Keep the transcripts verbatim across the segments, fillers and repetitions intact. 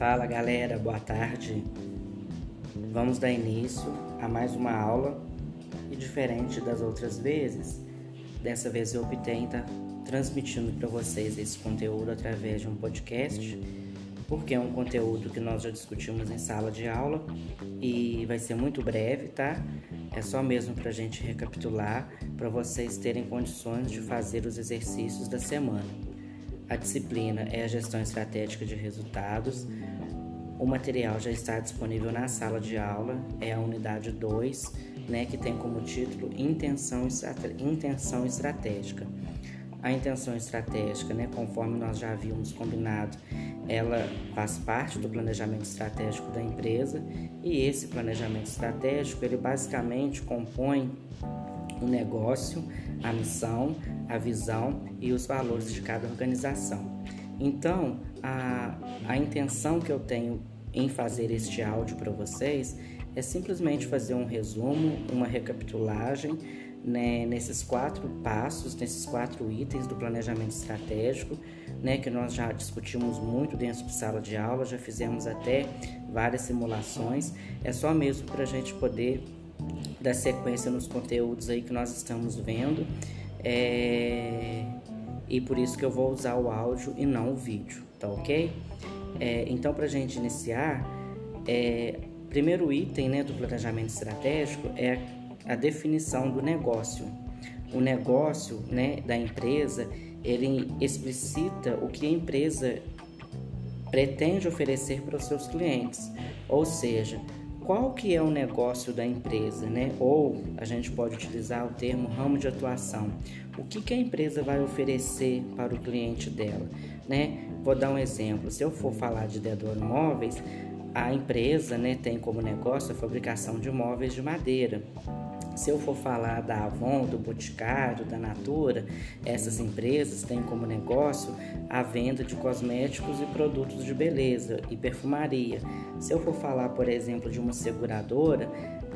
Fala galera, boa tarde. Vamos dar início a mais uma aula e diferente das outras vezes, dessa vez eu optei em estar transmitindo para vocês esse conteúdo através de um podcast, porque é um conteúdo que nós já discutimos em sala de aula e vai ser muito breve, tá? É só mesmo para a gente recapitular, para vocês terem condições de fazer os exercícios da semana. A disciplina é a gestão estratégica de resultados. O material já está disponível na sala de aula, é a unidade dois, né, que tem como título Intenção, Estrate... Intenção Estratégica. A intenção estratégica, né, conforme nós já havíamos combinado, ela faz parte do planejamento estratégico da empresa e esse planejamento estratégico, ele basicamente compõe o negócio, a missão, a visão e os valores de cada organização. Então, a, a intenção que eu tenho em fazer este áudio para vocês é simplesmente fazer um resumo, uma recapitulagem, né, nesses quatro passos, nesses quatro itens do planejamento estratégico, né, que nós já discutimos muito dentro de sala de aula, já fizemos até várias simulações. É só mesmo para a gente poder dar sequência nos conteúdos aí que nós estamos vendo, é... e por isso que eu vou usar o áudio e não o vídeo, tá ok? É, então, para a gente iniciar, é, primeiro item, né, do planejamento estratégico é a definição do negócio. O negócio, né, da empresa, ele explicita o que a empresa pretende oferecer para os seus clientes, ou seja, qual que é o negócio da empresa, né? Ou a gente pode utilizar o termo ramo de atuação. O que, que a empresa vai oferecer para o cliente dela, né? Vou dar um exemplo. Se eu for falar de Dedoro Móveis, a empresa, né, tem como negócio a fabricação de móveis de madeira. Se eu for falar da Avon, do Boticário, da Natura, essas empresas têm como negócio a venda de cosméticos e produtos de beleza e perfumaria. Se eu for falar, por exemplo, de uma seguradora,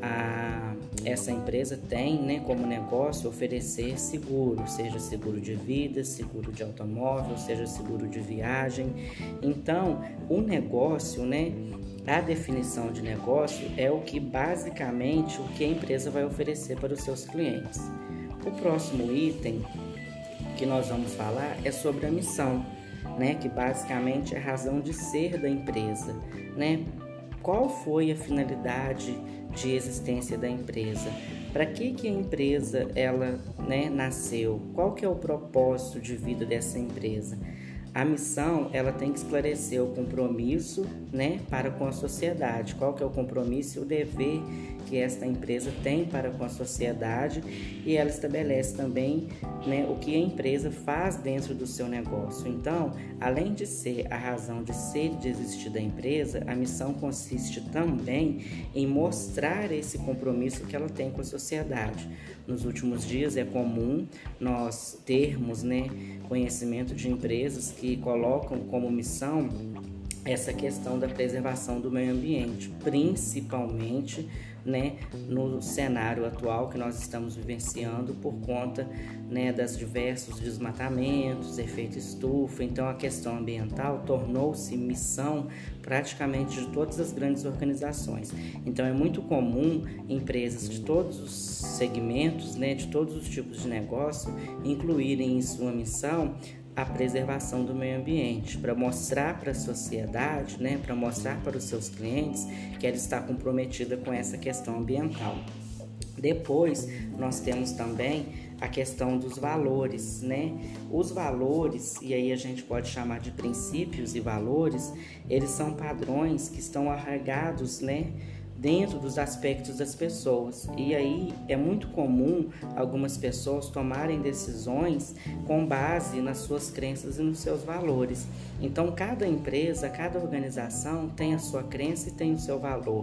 a, essa empresa tem, né, como negócio oferecer seguro, seja seguro de vida, seguro de automóvel, seja seguro de viagem. Então, o negócio, né, a definição de negócio é o que basicamente o que a empresa vai oferecer para os seus clientes. O próximo item que nós vamos falar é sobre a missão, né, que basicamente é a razão de ser da empresa, né? Qual foi a finalidade de existência da empresa? Para que que a empresa ela, né, nasceu? Qual que é o propósito de vida dessa empresa? A missão, ela tem que esclarecer o compromisso, né, para com a sociedade. Qual que é o compromisso e o dever que esta empresa tem para com a sociedade, e ela estabelece também, né, o que a empresa faz dentro do seu negócio. Então, além de ser a razão de ser e de existir da empresa, a missão consiste também em mostrar esse compromisso que ela tem com a sociedade. Nos últimos dias é comum nós termos, né, conhecimento de empresas que colocam como missão essa questão da preservação do meio ambiente, principalmente, né, no cenário atual que nós estamos vivenciando por conta, né, das diversos desmatamentos, efeito estufa. Então a questão ambiental tornou-se missão praticamente de todas as grandes organizações. Então é muito comum empresas de todos os segmentos, né, de todos os tipos de negócio incluírem em sua missão a preservação do meio ambiente, para mostrar para a sociedade, né, para mostrar para os seus clientes que ela está comprometida com essa questão ambiental. Depois, nós temos também a questão dos valores, né? Os valores, e aí a gente pode chamar de princípios e valores, eles são padrões que estão arraigados, né, dentro dos aspectos das pessoas. E aí é muito comum algumas pessoas tomarem decisões com base nas suas crenças e nos seus valores. Então, cada empresa, cada organização tem a sua crença e tem o seu valor.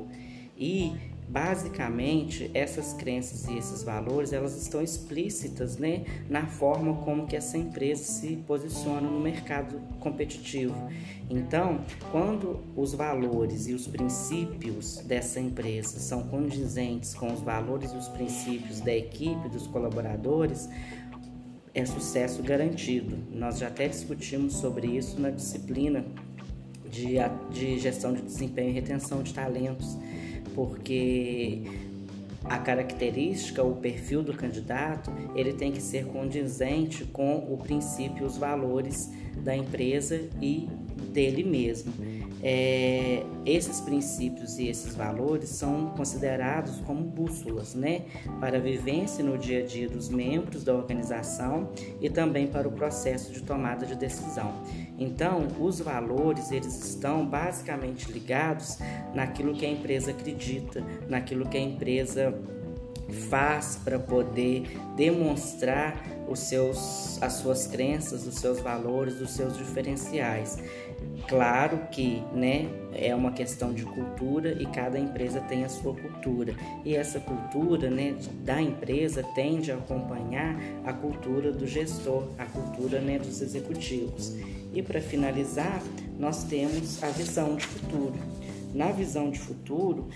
E basicamente, essas crenças e esses valores, elas estão explícitas, né, na forma como que essa empresa se posiciona no mercado competitivo. Então, quando os valores e os princípios dessa empresa são condizentes com os valores e os princípios da equipe, dos colaboradores, é sucesso garantido. Nós já até discutimos sobre isso na disciplina de, de gestão de desempenho e retenção de talentos, porque a característica, o perfil do candidato, ele tem que ser condizente com o princípio e os valores da empresa e dele mesmo. É, esses princípios e esses valores são considerados como bússolas, né, para a vivência no dia a dia dos membros da organização e também para o processo de tomada de decisão. Então, os valores, eles estão basicamente ligados naquilo que a empresa acredita, naquilo que a empresa faz para poder demonstrar os seus, as suas crenças, os seus valores, os seus diferenciais. Claro que, né, é uma questão de cultura e cada empresa tem a sua cultura. E essa cultura, né, da empresa tende a acompanhar a cultura do gestor, a cultura, né, dos executivos. E para finalizar, nós temos a visão de futuro. Na visão de futuro,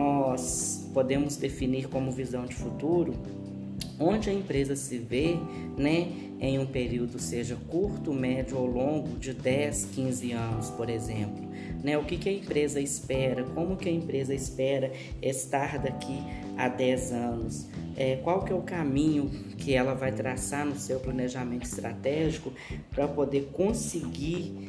nós podemos definir como visão de futuro onde a empresa se vê, né, em um período, seja curto, médio ou longo, de dez, quinze anos, por exemplo. Né? O que, que a empresa espera? Como que a empresa espera estar daqui a dez anos? É, qual que é o caminho que ela vai traçar no seu planejamento estratégico para poder conseguir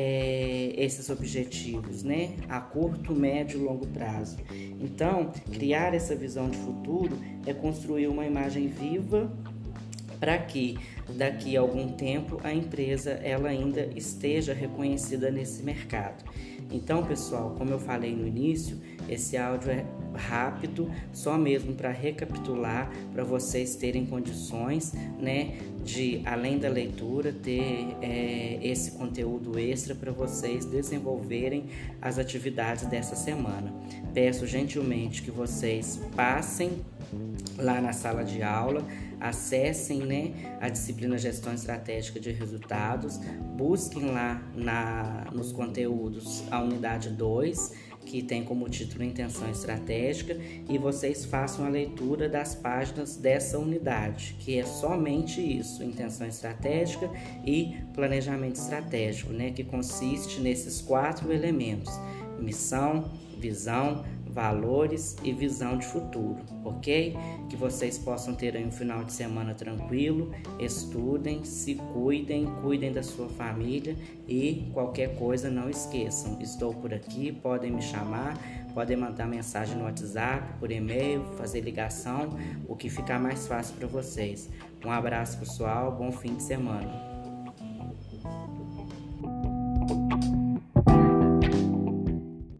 é, esses objetivos, né? A curto, médio e longo prazo. Então, criar essa visão de futuro é construir uma imagem viva para que daqui a algum tempo a empresa ela ainda esteja reconhecida nesse mercado. Então, pessoal, como eu falei no início, esse áudio é rápido, só mesmo para recapitular, para vocês terem condições, né, de, além da leitura, ter é, esse conteúdo extra para vocês desenvolverem as atividades dessa semana. Peço gentilmente que vocês passem lá na sala de aula, acessem, né, a disciplina Gestão Estratégica de Resultados, busquem lá na, nos conteúdos a unidade dois, que tem como título Intenção Estratégica, e vocês façam a leitura das páginas dessa unidade, que é somente isso, Intenção Estratégica e Planejamento Estratégico, né, que consiste nesses quatro elementos: missão, visão, valores e visão de futuro, ok? Que vocês possam ter aí um final de semana tranquilo, estudem, se cuidem, cuidem da sua família e qualquer coisa não esqueçam, estou por aqui, podem me chamar, podem mandar mensagem no WhatsApp, por e-mail, fazer ligação, o que ficar mais fácil para vocês. Um abraço, pessoal, bom fim de semana.